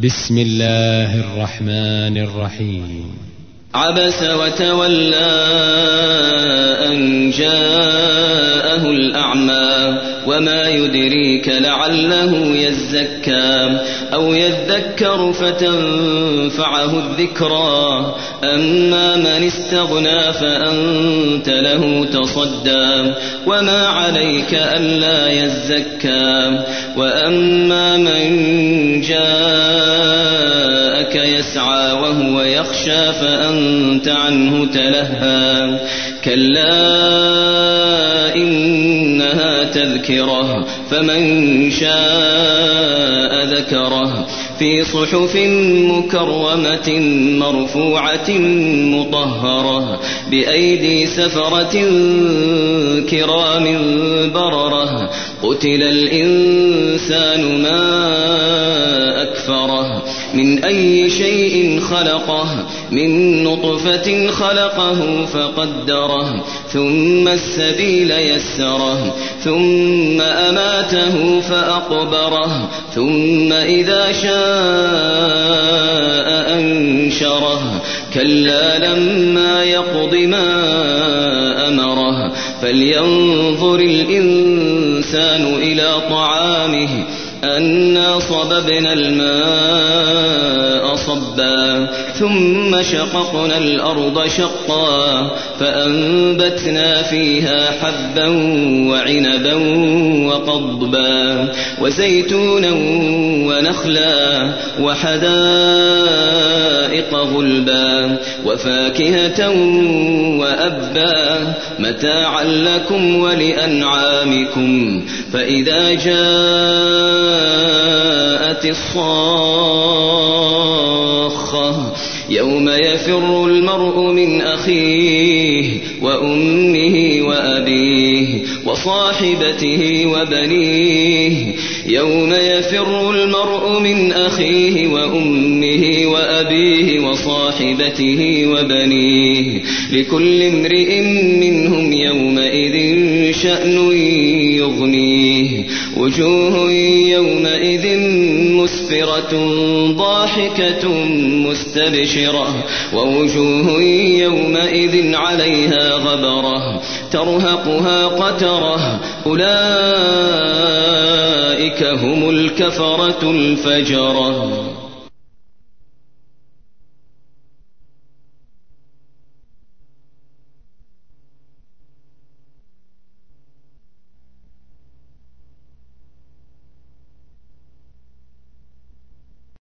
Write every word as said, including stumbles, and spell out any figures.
بسم الله الرحمن الرحيم. عبس وتولى أن جاءه الأعمى وما يدريك لعله يزكى أو يذكر فتنفعه الذكرى أما من استغنى فأنت له تصدى وما عليك ألا يزكى وأما من جاءك يسعى وهو يخشى فأنت عنه تلهى كلا إنها تذكرة فمن شاء ذكره في صحف مكرمة مرفوعة مطهرة بأيدي سفرة كرام بررة قتل الإنسان ما أكفره من أي شيء خلقه من نطفة خلقه فقدره ثم السبيل يسره ثم أماته فأقبره ثم إذا شاء أنشره كلا لما يقض ما أمره فلينظر الإنسان إلى طعامه أنا صببنا الماء صبا ثم شققنا الأرض شقا فأنبتنا فيها حبا وعنبا وقضبا وزيتونا ونخلا وحدائق غلبا وفاكهة وأبا متاعا لكم ولأنعامكم فإذا جاءت الصاخة يوم يفر المرء من أخيه وأمه وأبيه وصاحبته وبنيه يوم يفر المرء من أخيه وأمه وأبيه وصاحبته وبنيه لكل امرئ منهم يومئذ شأن يغنيه وجوه يومئذ مسفرة ضاحكة مستبشرة ووجوه يومئذ عليها غبرة ترهقها قترة أولئك هم الكفرة الفجرة.